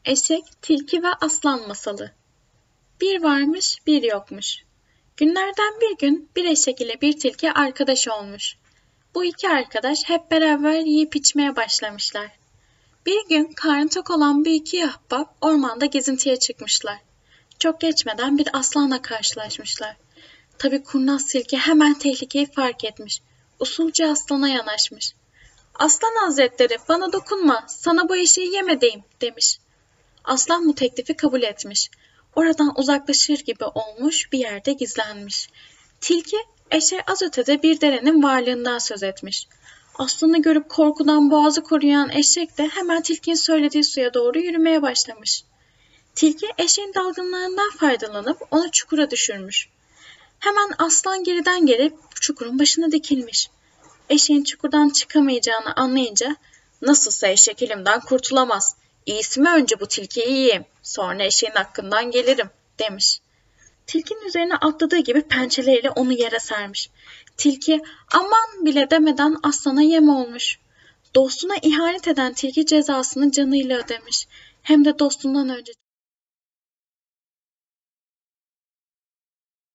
Eşek, Tilki ve Aslan Masalı. Bir varmış, bir yokmuş. Günlerden bir gün bir eşek ile bir tilki arkadaş olmuş. Bu iki arkadaş hep beraber yiyip içmeye başlamışlar. Bir gün karnı tok olan bu iki ahbap ormanda gezintiye çıkmışlar. Çok geçmeden bir aslanla karşılaşmışlar. Tabii kurnaz tilki hemen tehlikeyi fark etmiş. Usulca aslana yanaşmış. "Aslan Hazretleri, bana dokunma, sana bu eşeği yem edeyim," demiş. Aslan bu teklifi kabul etmiş. Oradan uzaklaşır gibi olmuş, bir yerde gizlenmiş. Tilki, eşeğe az ötede bir derenin varlığından söz etmiş. Aslanı görüp korkudan boğazı kuruyan eşek de hemen tilkinin söylediği suya doğru yürümeye başlamış. Tilki eşeğin dalgınlığından faydalanıp onu çukura düşürmüş. Hemen aslan geriden gelip çukurun başına dikilmiş. Eşeğin çukurdan çıkamayacağını anlayınca "Nasılsa eşek elimden kurtulamaz. İyisi mi önce bu tilkiyi yiyeyim, sonra eşeğin hakkından gelirim," demiş. Tilkinin üzerine atladığı gibi pençeleriyle onu yere sermiş. Tilki aman bile demeden aslana yem olmuş. Dostuna ihanet eden tilki cezasını canıyla ödemiş. Hem de dostundan önce